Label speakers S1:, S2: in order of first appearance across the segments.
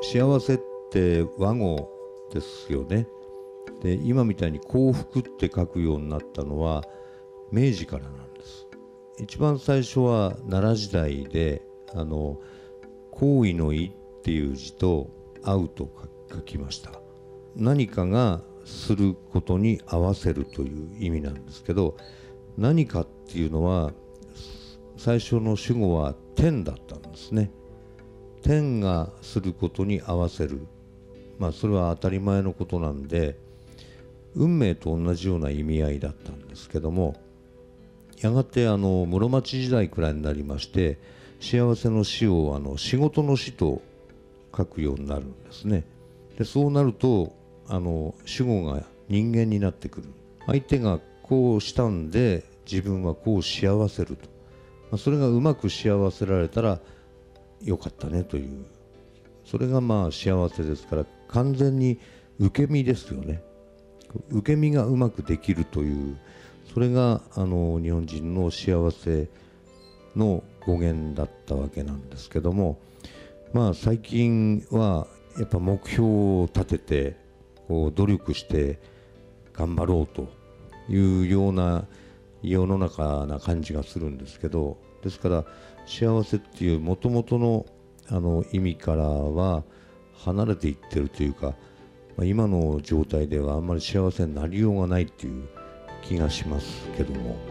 S1: 幸せって和語ですよね。で、今みたいに幸福って書くようになったのは明治からなんです。一番最初は奈良時代で行為の意っていう字と合うと書きました。何かがすることに合わせるという意味なんですけど、何かっていうのは最初の主語は天だったんですね。天がすることに合わせる、それは当たり前のことなんで運命と同じような意味合いだったんですけども、やがて室町時代くらいになりまして、幸せの死を仕事の死と書くようになるんですね。でそうなると主語が人間になってくる。相手がこうしたんで自分はこう幸せると、それがうまく幸せられたらよかったねという、それが幸せですから、完全に受け身ですよね。受け身がうまくできるという、それが日本人の幸せの語源だったわけなんですけども、最近はやっぱ目標を立てて努力して頑張ろうというような世の中な感じがするんですけど、ですから幸せっていう元々の意味からは離れていってるというか、今の状態ではあんまり幸せになりようがないっていう気がしますけども。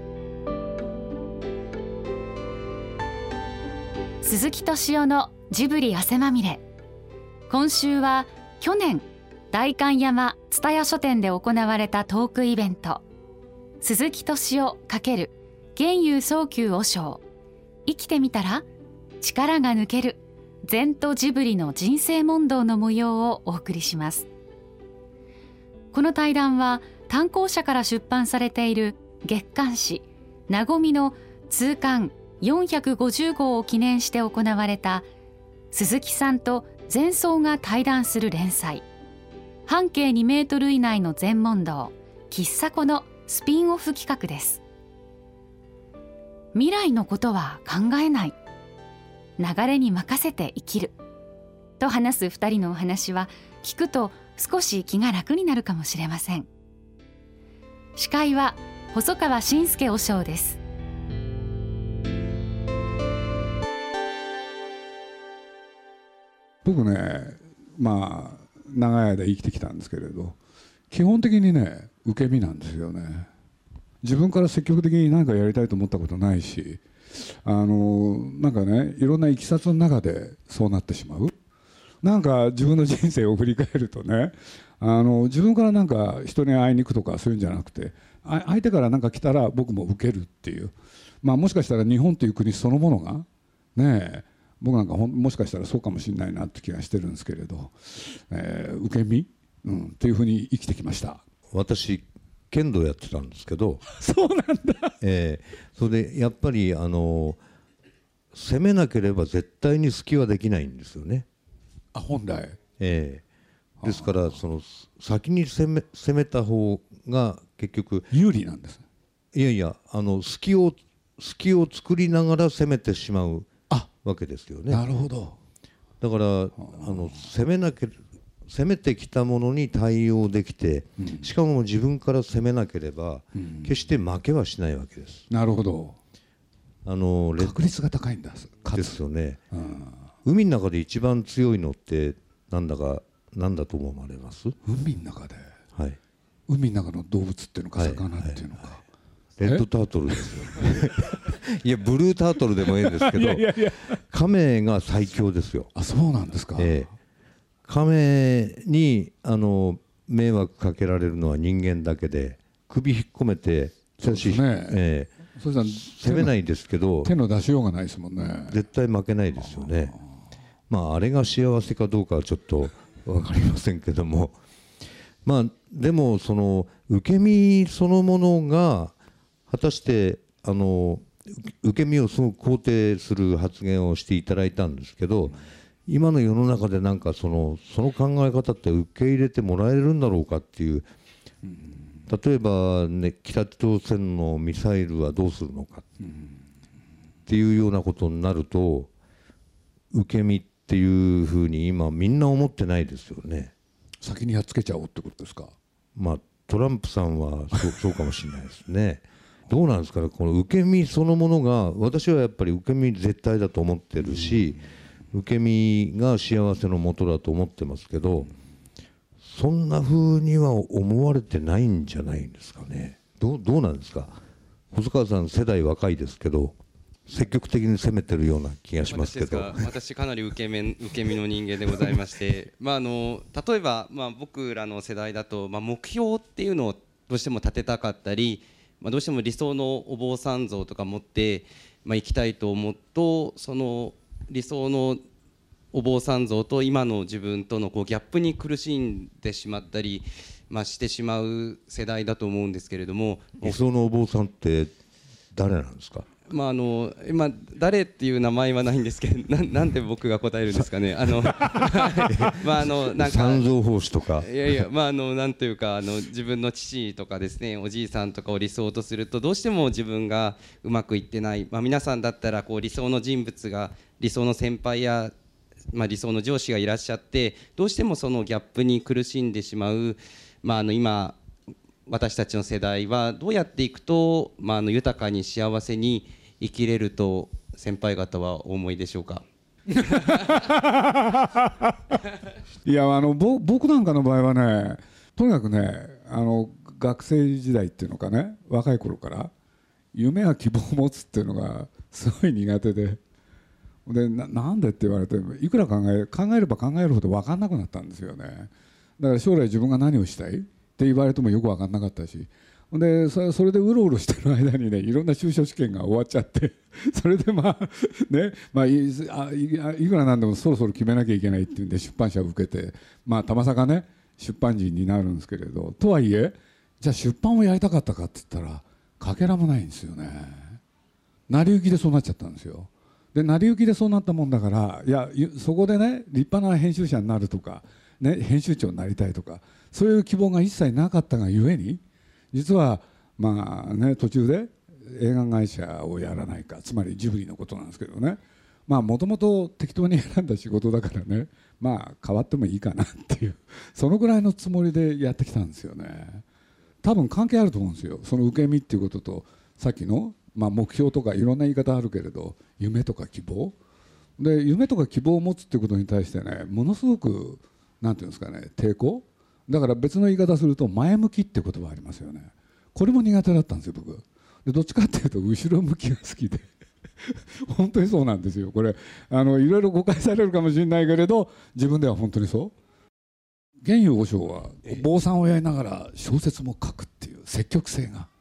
S2: 鈴木敏夫のジブリ汗まみれ。今週は去年代官山蔦屋書店で行われたトークイベント、鈴木敏夫×玄遊早急和尚、生きてみたら力が抜ける禅とジブリの人生問答の模様をお送りします。この対談は単行社から出版されている月刊誌なごみの通巻450号を記念して行われた鈴木さんと禅僧が対談する連載、半径2メートル以内の禅問答喫茶子のスピンオフ企画です。未来のことは考えない、流れに任せて生きると話す2人のお話は、聞くと少し気が楽になるかもしれません。司会は細川信介和尚です。
S3: 僕ね、長い間生きてきたんですけれど、基本的にね受け身なんですよね。自分から積極的に何かやりたいと思ったことないし、いろんないきさつの中でそうなってしまう。自分の人生を振り返るとね、自分から人に会いに行くとかそういうんじゃなくて、相手から来たら僕も受けるっていう、もしかしたら日本という国そのものがね、僕もしかしたらそうかもしれないなって気がしてるんですけれど、受け身、っていうふうに生きてきました。
S1: 私剣道やってたんですけど
S3: そうなんだ。
S1: それでやっぱり攻めなければ絶対に隙はできないんですよね。
S3: 本来。
S1: ですから先に攻めた方が結局
S3: 有利なんです。
S1: 隙を作りながら攻めてしまうわけですよね。
S3: なるほど。
S1: だから攻めてきたものに対応できて、しかも自分から攻めなければ決して負けはしないわけです。
S3: なるほど。確率が高いんだ
S1: ですよね。海の中で一番強いのって何だと思われます？
S3: 海の中で、海の中の動物っていうのか、魚っていうのか、
S1: レッドタートルですよいやブルータートルでもいいんですけどカメが最強ですよ。
S3: そうなんですか。
S1: カメに迷惑かけられるのは人間だけで、首引っ込めて攻めないですけど、
S3: 手の出しようがないですもんね。
S1: 絶対負けないですよね。あれが幸せかどうかはちょっと分かりませんけども、でも受け身そのものが果たして受け身をすごく肯定する発言をしていただいたんですけど、今の世の中でその考え方って受け入れてもらえるんだろうかっていう、例えば北朝鮮のミサイルはどうするのかっていうようなことになると、受け身っっていうふうに今みんな思ってないですよね。
S3: 先にやっつけちゃおうってことですか。
S1: まあトランプさんはそうかもしれないですね。どうなんですかね、この受け身そのものが、私はやっぱり受け身絶対だと思ってるし、受け身が幸せのもとだと思ってますけど、そんな風には思われてないんじゃないんですかね。どうなんですか。細川さん世代若いですけど積極的に攻めてるような気がしますけど。
S4: 私かなり受け身の人間でございまして例えば、僕らの世代だと、目標っていうのをどうしても立てたかったり、どうしても理想のお坊さん像とか持って、行きたいと思うと、その理想のお坊さん像と今の自分とのギャップに苦しんでしまったり、してしまう世代だと思うんですけれども。
S1: 理想のお坊さんって誰なんですか。
S4: 今誰っていう名前はないんですけど、なんで僕が答えるんですかね。なんか
S1: 三蔵法師とか、
S4: なんというか自分の父とかですね、おじいさんとかを理想とすると、どうしても自分がうまくいってない、皆さんだったら理想の人物が、理想の先輩や、理想の上司がいらっしゃって、どうしてもそのギャップに苦しんでしまう、今私たちの世代はどうやっていくと、豊かに幸せに生きれると先輩方はお思いでしょうか。
S3: いや僕なんかの場合はね、とにかくね学生時代っていうのかね、若い頃から夢や希望を持つっていうのがすごい苦手で、なんでって言われていくら考えれば考えるほど分かんなくなったんですよね。だから将来自分が何をしたいって言われてもよく分かんなかったし、でそれでうろうろしてる間にね、いろんな就職試験が終わっちゃってそれでいくらなんでもそろそろ決めなきゃいけないっていうんで出版社を受けて、たまさかね出版人になるんですけれど、とはいえじゃあ出版をやりたかったかって言ったらかけらもないんですよね。成り行きでそうなっちゃったんですよ。で成り行きでそうなったもんだから、いやそこでね立派な編集者になるとか、編集長になりたいとか、そういう希望が一切なかったがゆえに、実は途中で映画会社をやらないか、つまりジブリのことなんですけどね、もともと適当に選んだ仕事だからね、変わってもいいかなっていう、そのぐらいのつもりでやってきたんですよね。多分関係あると思うんですよ、その受け身っていうことと、さっきの、目標とかいろんな言い方あるけれど、夢とか希望で、夢とか希望を持つっていうことに対してね、ものすごくなんていうんですかね、抵抗だから、別の言い方すると前向きって言葉ありますよね。これも苦手だったんですよ僕で。どっちかっていうと後ろ向きが好きで本当にそうなんですよ。これいろいろ誤解されるかもしれないけれど、自分では本当にそう。玄遊和尚は坊さんをやりながら小説も書くっていう積極性が、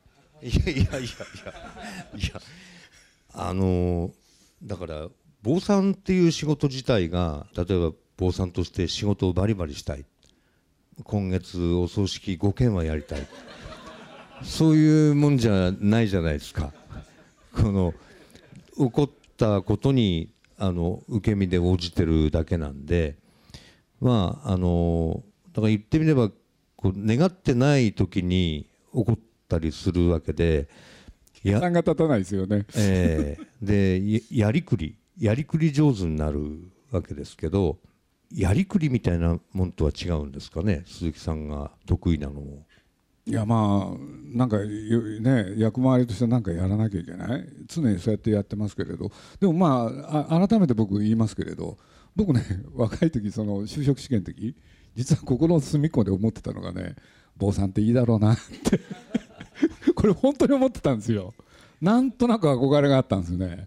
S1: だから坊さんっていう仕事自体が、例えば坊さんとして仕事をバリバリしたい、今月お葬式5件はやりたい、そういうもんじゃないじゃないですか。この起こったことに受け身で応じてるだけなんで、だから言ってみれば願ってない時に起こったりするわけで、
S3: 負担が立たないですよね。
S1: でやりくり上手になるわけですけど、やりくりみたいなもんとは違うんですかね、鈴木さんが得意なのも。
S3: いやなんかね、役回りとして何かやらなきゃいけない、常にそうやってやってますけれど、でも改めて僕言いますけれど、僕ね若い時その就職試験の時、実は心の隅っこで思ってたのがね、坊さんっていいだろうなってこれ本当に思ってたんですよ。なんとなく憧れがあったんですね。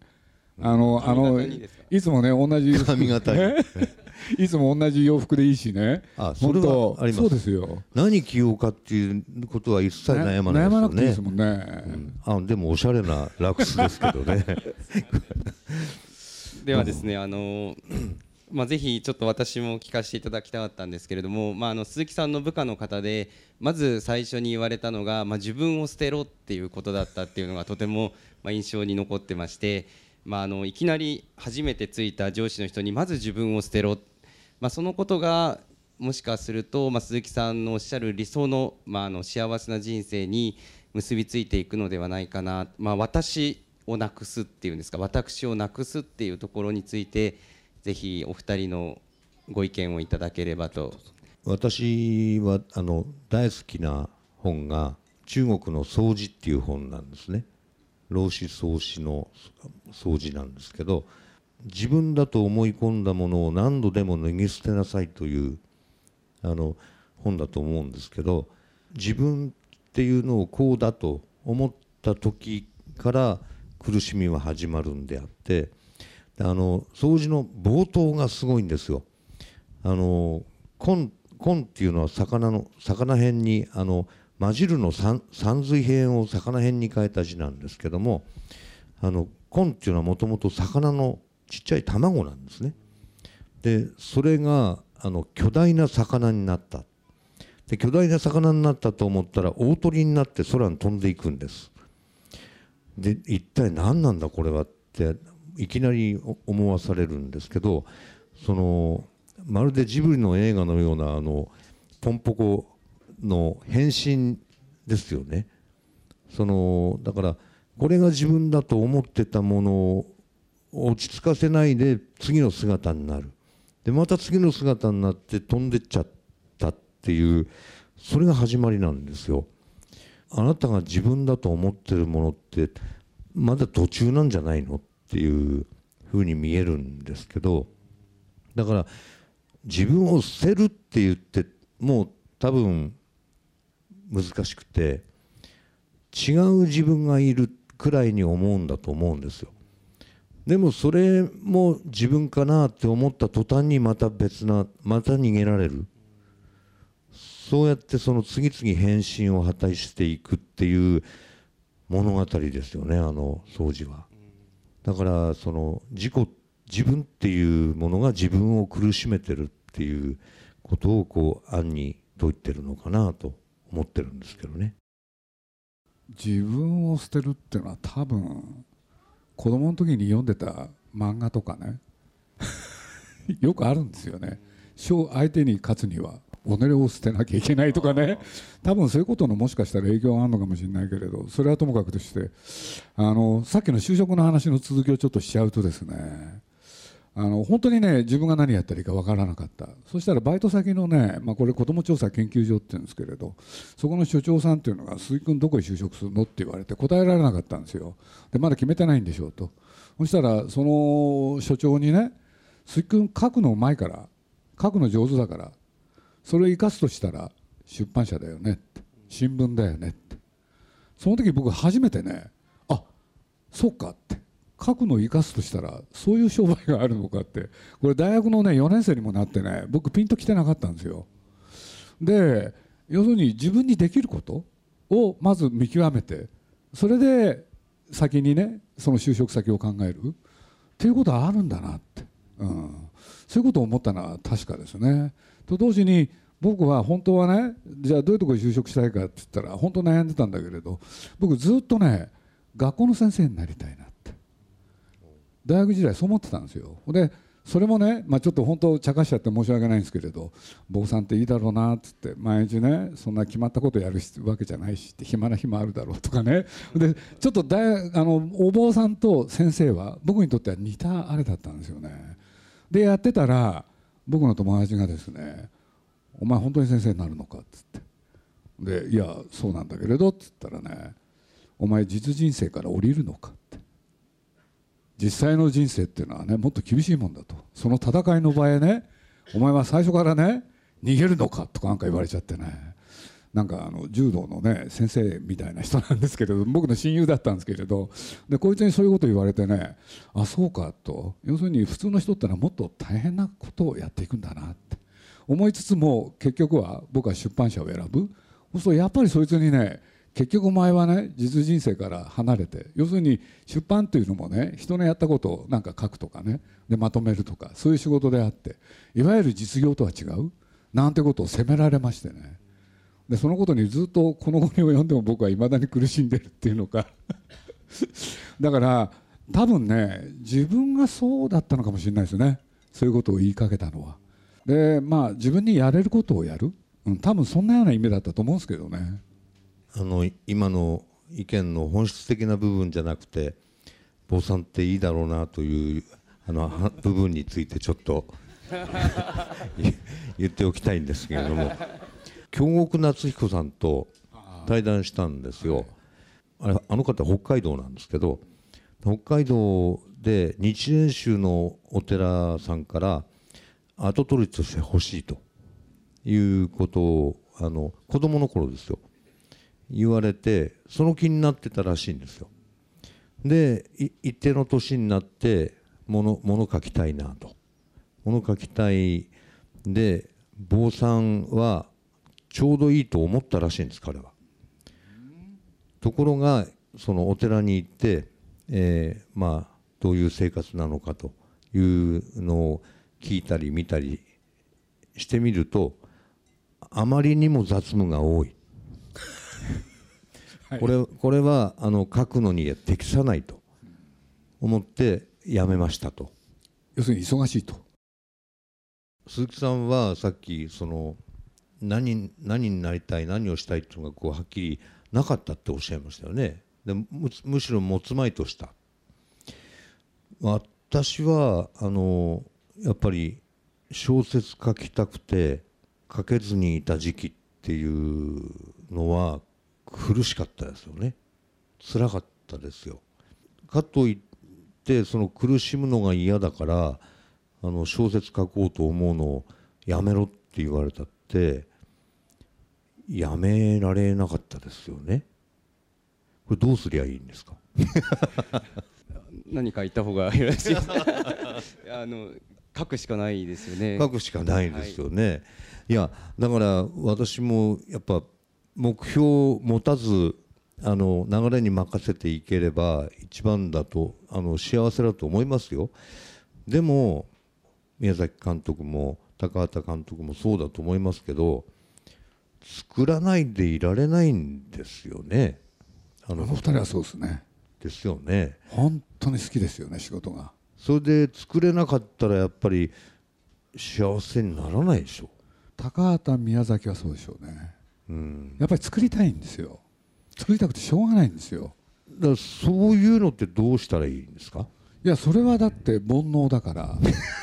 S3: いつもね同じ
S1: 髪型に
S3: いつも同じ洋服でいいしね。
S1: それはあります。
S3: そうですよ。
S1: 何着ようかっていうことは一切悩まないですよね。
S3: 悩まなくていいですもんね。
S1: でもおしゃれなラクスですけどね
S4: ではですね、ぜひちょっと私も聞かせていただきたかったんですけれども、鈴木さんの部下の方でまず最初に言われたのが、自分を捨てろっていうことだったっていうのがとても印象に残ってまして、いきなり初めてついた上司の人にまず自分を捨てろ、そのことがもしかすると、鈴木さんのおっしゃる理想の、幸せな人生に結びついていくのではないかな、私をなくすっていうんですか、私をなくすっていうところについてぜひお二人のご意見をいただければと。
S1: 私は大好きな本が中国の掃除っていう本なんですね。老子創始の掃除なんですけど、自分だと思い込んだものを何度でも脱ぎ捨てなさいという本だと思うんですけど、自分っていうのをこうだと思った時から苦しみは始まるんであって、掃除の冒頭がすごいんですよ。根っていうのは魚辺に混じるの三髄辺を魚辺に変えた字なんですけども、根っていうのはもともと魚のちっちゃい卵なんですね。でそれが巨大な魚になった。で巨大な魚になったと思ったら大鳥になって空に飛んでいくんです。で一体何なんだこれはっていきなり思わされるんですけど、まるでジブリの映画のようなポンポコの変身ですよね。だからこれが自分だと思ってたものを落ち着かせないで次の姿になる。でまた次の姿になって飛んでっちゃったっていう、それが始まりなんですよ。あなたが自分だと思ってるものってまだ途中なんじゃないのっていうふうに見えるんですけど、だから自分を捨てるって言ってもう多分難しくて、違う自分がいるくらいに思うんだと思うんですよ。でもそれも自分かなって思った途端にまた逃げられる。そうやって次々変身を果たしていくっていう物語ですよね、掃除は。だから自分っていうものが自分を苦しめてるっていうことを暗に説いてるのかなと思ってるんですけどね。
S3: 自分を捨てるっていうのは多分子供の時に読んでた漫画とかねよくあるんですよね。相手に勝つには己を捨てなきゃいけないとかね、多分そういうことのもしかしたら影響があるのかもしれないけれど、それはともかくとして、さっきの就職の話の続きをちょっとしちゃうとですね、本当にね自分が何やったらいいか分からなかった。そしたらバイト先のね、これ子ども調査研究所って言うんですけれど、そこの所長さんっていうのが鈴木君どこへ就職するのって言われて答えられなかったんですよ。でまだ決めてないんでしょうと。そしたらその所長にね、鈴木君書くのうまいから書くの上手だからそれを生かすとしたら出版社だよねって、新聞だよねって。その時僕初めてね、あ、そうかって、書くのを生かすとしたらそういう商売があるのかって、これ大学のね4年生にもなってね、僕ピンときてなかったんですよ。で要するに自分にできることをまず見極めて、それで先にねその就職先を考えるっていうことはあるんだなって、そういうことを思ったのは確かですね。と同時に僕は本当はね、じゃあどういうところに就職したいかって言ったら本当悩んでたんだけれど、僕ずっとね学校の先生になりたいなって大学時代そう思ってたんですよ。でそれもね、ちょっと本当茶化しちゃって申し訳ないんですけれど、坊さんっていいだろうなっつって、毎日ねそんな決まったことやるわけじゃないしって暇な日もあるだろうとかね。でちょっとお坊さんと先生は僕にとっては似たあれだったんですよね。でやってたら僕の友達がですね、お前本当に先生になるのかっつって、でいやそうなんだけれどっつったらね、お前実人生から降りるのかって、実際の人生っていうのはねもっと厳しいもんだと、その戦いの場合ねお前は最初からね逃げるのかとかなんか言われちゃってね、なんか柔道のね先生みたいな人なんですけれど、僕の親友だったんですけれど、でこいつにそういうこと言われてね、あそうかと、要するに普通の人ってのはもっと大変なことをやっていくんだなって思いつつも、結局は僕は出版社を選ぶ。そうするとやっぱりそいつにね、結局お前はね実人生から離れて、要するに出版っていうのもね人のやったことをなんか書くとかね、でまとめるとかそういう仕事であって、いわゆる実業とは違うなんてことを責められましてね、でそのことにずっとこの後に及んでも僕はいまだに苦しんでるっていうのかだから多分ね自分がそうだったのかもしれないですね、そういうことを言いかけたのは。で自分にやれることをやる、多分そんなような意味だったと思うんですけどね。
S1: 今の意見の本質的な部分じゃなくて、坊さんっていいだろうなという部分についてちょっと言っておきたいんですけれども、京極夏彦さんと対談したんですよ。あの方北海道なんですけど、北海道で日蓮宗のお寺さんから跡取りとして欲しいということを子供の頃ですよ言われて、その気になってたらしいんですよ。で一定の年になって物書きたいなと、物書きたいで坊さんはちょうどいいと思ったらしいんです、彼は。ところがそのお寺に行って、どういう生活なのかというのを聞いたり見たりしてみると、あまりにも雑務が多いこれは書くのに適さないと思ってやめましたと。
S3: 要するに忙しいと。
S1: 鈴木さんはさっき何になりたい、何をしたいっていうのがはっきりなかったっておっしゃいましたよね。でむしろ持つまいとした。私はやっぱり小説書きたくて書けずにいた時期っていうのは苦しかったですよね。辛かったですよ。かといって苦しむのが嫌だから小説書こうと思うのをやめろって言われたってやめられなかったですよね。これどうすりゃいいんですか？
S4: 何か言った方がよろしいですか？書くしかないですよね。
S1: 書くしかないですよね、はい、いやだから私もやっぱ目標を持たず流れに任せていければ一番だと幸せだと思いますよ。でも宮崎監督も高畑監督もそうだと思いますけど、作らないでいられないんですよね。
S3: あの二人はそうですね。
S1: ですよね。
S3: 本当に好きですよね、仕事が。
S1: それで作れなかったらやっぱり幸せにならないでしょ。
S3: 高畑宮崎はそうでしょうね、やっぱり作りたいんですよ。作りたくてしょうがないんですよ。
S1: だからそういうのってどうしたらいいんですか？
S3: いやそれはだって煩悩だから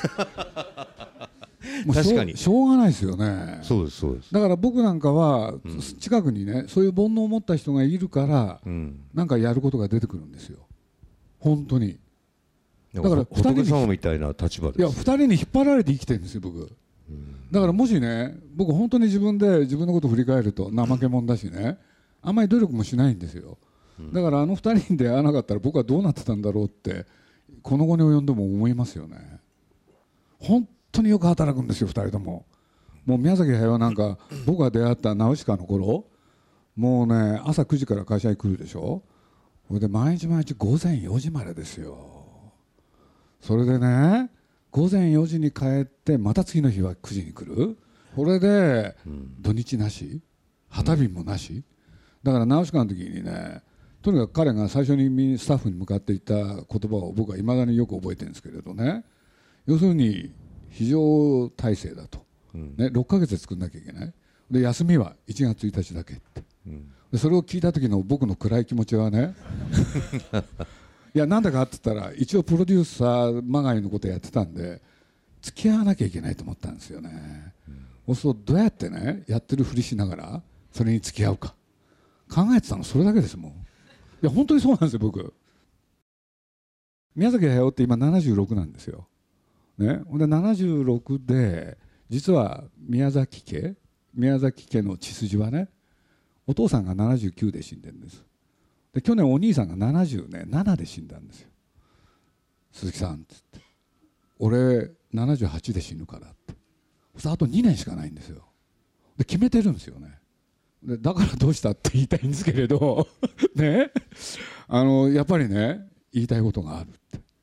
S3: もう
S1: 確かに
S3: しょうがないですよね。
S1: そうですそうです。
S3: だから僕なんかは、近くにねそういう煩悩を持った人がいるから、なんかやることが出てくるんですよ、本当に。
S1: だから仏様みたいな立場です。
S3: いや2人に引っ張られて生きてるんですよ僕。だからもしね僕本当に自分のことを振り返ると怠け者だしね、あんまり努力もしないんですよ。だから2人に出会わなかったら僕はどうなってたんだろうってこの後に及んでも思いますよね。本当によく働くんですよ2人とも。もう宮崎駿はなんか僕が出会ったナウシカの頃もうね朝9時から会社に来るでしょ。それで毎日午前4時までですよ。それでね午前4時に帰ってまた次の日は9時に来る。これで土日なし旗便もなしだからナウシカの時にね、とにかく彼が最初にスタッフに向かって言った言葉を僕はいまだによく覚えてるんですけれどね、要するに非常体制だと、6ヶ月で作んなきゃいけない。で休みは1月1日だけって、でそれを聞いた時の僕の暗い気持ちはねいやなんだかって言ったら一応プロデューサーまがいのことやってたんで付き合わなきゃいけないと思ったんですよね。そうするとどうやってねやってるふりしながらそれに付き合うか考えてたのそれだけですもん。いや本当にそうなんですよ僕。宮崎駿って今76なんですよ、ね、で76で実は宮崎家の血筋はねお父さんが79で死んでるんです。で去年お兄さんが77で死んだんですよ。鈴木さんって言って俺78で死ぬからって。あと2年しかないんですよ。で決めてるんですよね。でだからどうしたって言いたいんですけれどねやっぱりね言いたいことがある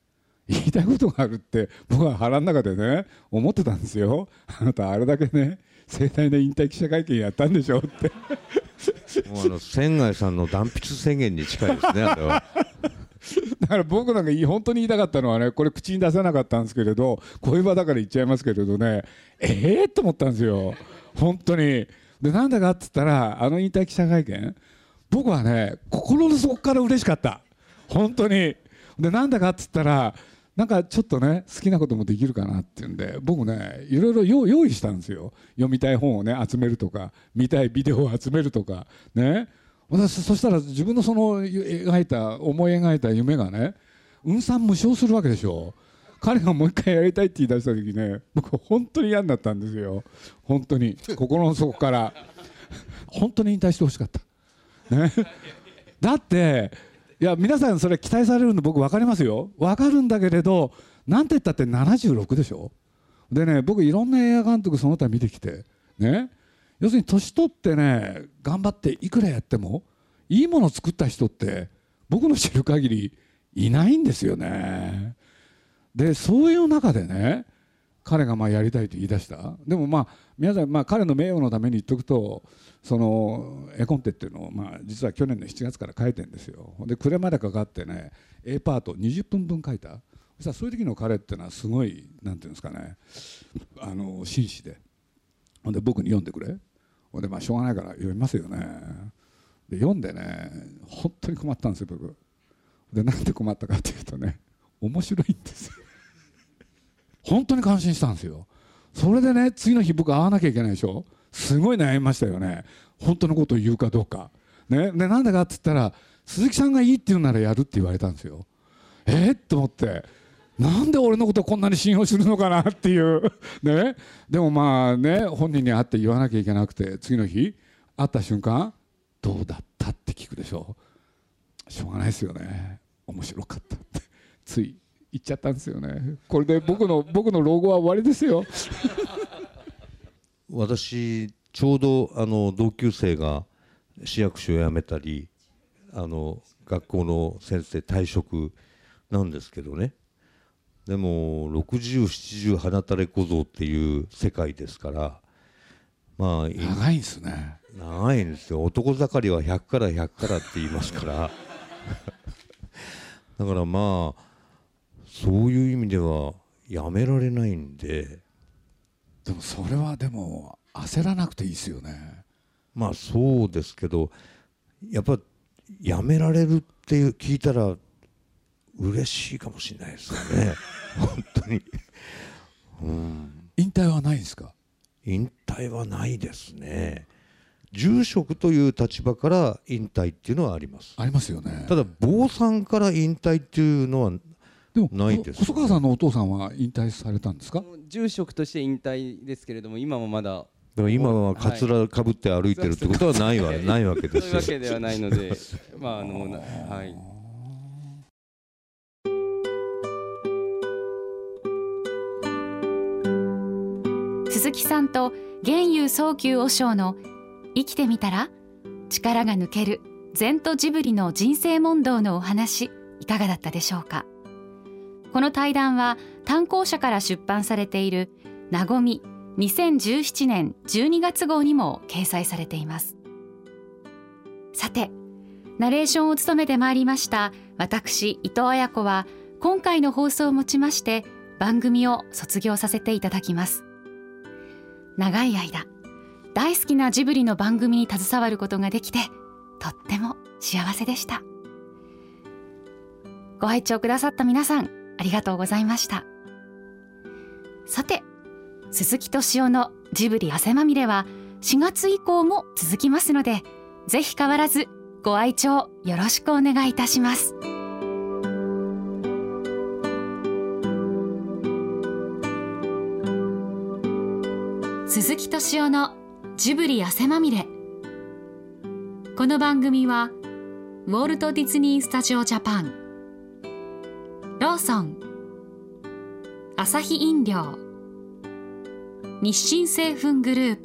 S3: って僕は腹の中でね思ってたんですよ。あなたあれだけね盛大な引退記者会見やったんでしょって
S1: もう仙外さんの断筆宣言に近いですねあれは
S3: だから僕なんか本当に言いたかったのはねこれ口に出せなかったんですけれどこういう場だから言っちゃいますけれどねと思ったんですよ本当に。でなんだかって言ったら引退記者会見僕はね心の底から嬉しかった本当に。でなんだかって言ったらなんかちょっとね好きなこともできるかなっていうんで、僕ねいろいろ用意したんですよ。読みたい本をね集めるとか、見たいビデオを集めるとかね。そしたら自分のその思い描いた夢がね雲散無償するわけでしょ。彼がもう一回やりたいって言い出した時ね、僕本当に嫌になったんですよ。本当に心の底から本当に引退してほしかった、ね、だっていや皆さんそれ期待されるの僕分かりますよ。分かるんだけれど、なんて言ったって76でしょ。でね、僕いろんな映画監督その他見てきてね、要するに年取ってね頑張っていくらやってもいいものを作った人って僕の知る限りいないんですよね。でそういう中でね彼がやりたいと言い出した。でも皆さん彼の名誉のために言っておくと、その絵コンテっていうのを実は去年の7月から書いてるんですよ。で暮れまでかかってね A パート20分分書いた。そしたらそういう時の彼っていうのはすごいなんていうんですかね、紳士で、で僕に読んでくれ。でしょうがないから読みますよね。で読んでね本当に困ったんですよ僕。でなんで困ったかというとね、面白いんですよ。本当に感心したんですよ。それでね次の日僕会わなきゃいけないでしょ。すごい悩みましたよね。本当のことを言うかどうか、ね、でなんでかって言ったら鈴木さんがいいって言うならやるって言われたんですよ。と思って、なんで俺のことをこんなに信用するのかなっていうね。でも本人に会って言わなきゃいけなくて、次の日会った瞬間どうだったって聞くでしょ。しょうがないですよね、面白かったってつい言っちゃったんですよね。これで僕の老後は終わりですよ。
S1: 私ちょうど同級生が市役所を辞めたり学校の先生退職なんですけどね。でも60、70花垂れ小僧っていう世界ですから、
S3: 長いんですね。
S1: 長いんですよ。男盛りは100から100からって言いますからだからそういう意味ではやめられないんで。
S3: でもそれはでも焦らなくていいですよね。
S1: そうですけど、やっぱやめられるって聞いたら嬉しいかもしれないですよね本当に
S3: 引退はないんですか？
S1: 引退はないですね。住職という立場から引退っていうのはあります。
S3: ありますよね。
S1: ただ坊さんから引退っていうのはないです、ね。
S3: 細川さんのお父さんは引退されたんですか？
S4: 住職として引退ですけれども、今もまだ。
S1: でも今はカツラかぶって歩いてるってことはないわけですよ。
S4: そういうわけではないのではい。
S2: 鈴木さんと玄遊早急和尚の生きてみたら力が抜ける禅とジブリの人生問答のお話、いかがだったでしょうか。この対談は単行社から出版されているなごみ2017年12月号にも掲載されています。さて、ナレーションを務めてまいりました私伊藤綾子は今回の放送をもちまして番組を卒業させていただきます。長い間大好きなジブリの番組に携わることができてとっても幸せでした。ご拝聴くださった皆さんありがとうございました。さて、鈴木敏夫のジブリ汗まみれは4月以降も続きますので、ぜひ変わらずご愛聴よろしくお願いいたします。鈴木敏夫のジブリ汗まみれ。この番組はウォルト・ディズニー・スタジオ・ジャパン、ローソン、アサヒ飲料、日清製粉グルー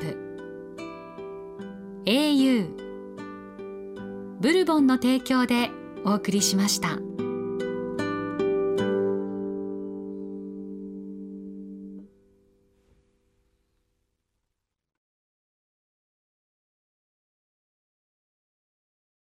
S2: プ、au、ブルボンの提供でお送りしました。